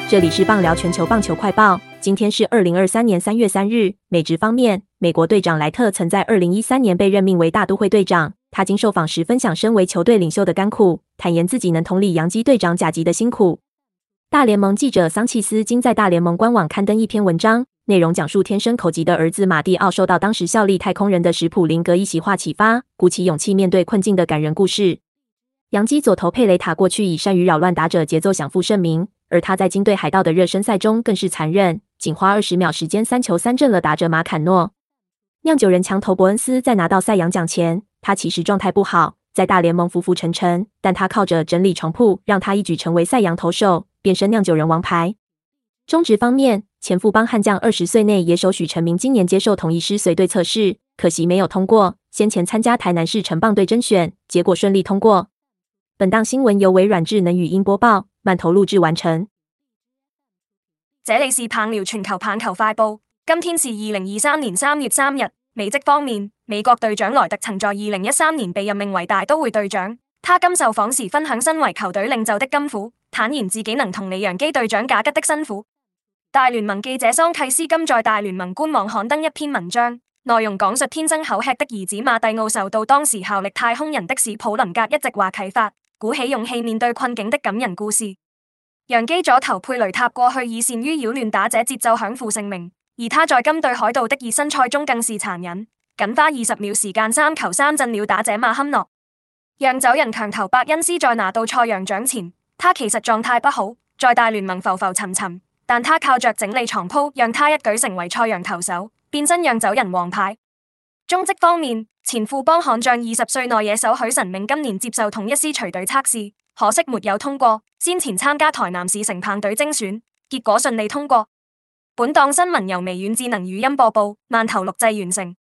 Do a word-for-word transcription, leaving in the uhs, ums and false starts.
这里是棒聊全球棒球快报，今天是二零二三年三月三日。美职方面，美国队长莱特曾在二零一三年被任命为大都会队长。他经受访时分享身为球队领袖的甘苦，坦言自己能同理洋基队长贾吉的辛苦。大联盟记者桑切斯今在大联盟官网刊登一篇文章，内容讲述天生口疾的儿子马蒂奥受到当时效力太空人的史普林格一席话启发，鼓起勇气面对困境的感人故事。洋基左投佩雷塔过去以善于扰乱打者节奏享负盛名，而他在金队海盗的热身赛中更是残忍，仅花二十秒时间三球三振了打者马坎诺。酿酒人强投伯恩斯在拿到赛扬奖前，他其实状态不好，在大联盟浮浮沉沉，但他靠着整理床铺，让他一举成为赛扬投手，变身酿酒人王牌。中职方面，前富邦悍将二十岁内野手许成明今年接受统一师随队测试，可惜没有通过。先前参加台南市城棒队甄选，结果顺利通过。本档新聞由微軟智能語音播報，慢投錄製完成。 這裡是棒聊全球棒球快報，今天是二零二三年三月三日。美職方面，美國隊長萊特曾在二零一三年被任命為大都會隊長。他今受訪時分享身為球隊領袖的甘苦，坦言自己能同理洋基隊長賈吉的辛苦。大聯盟記者桑契斯今在大聯盟官網刊登一篇文章，內容講述天生口吃的兒子馬蒂奧受到當時效力太空人的史普林格一席話啟發，鼓起勇氣面對困境的感人故事。洋基左投佩雷塔過去以善於擾亂打者節奏享負盛名，而他在今對海盜的熱身賽中更是殘忍，僅花二十秒時間三球三振了打者馬坎諾。釀酒人強投伯恩斯在拿到賽揚獎前，他其實狀態不好，在大聯盟浮浮沉沉，但他靠着整理床鋪，讓他一舉成為賽揚投手，變身釀酒人王牌。中職方面，前富邦悍將二十歲內野手許晨銘今年接受統一獅隨隊測試，可惜沒有通過。先前參加台南市成棒隊精選，結果順利通過。本檔新聞由微軟智能語音播報，慢投錄製完成。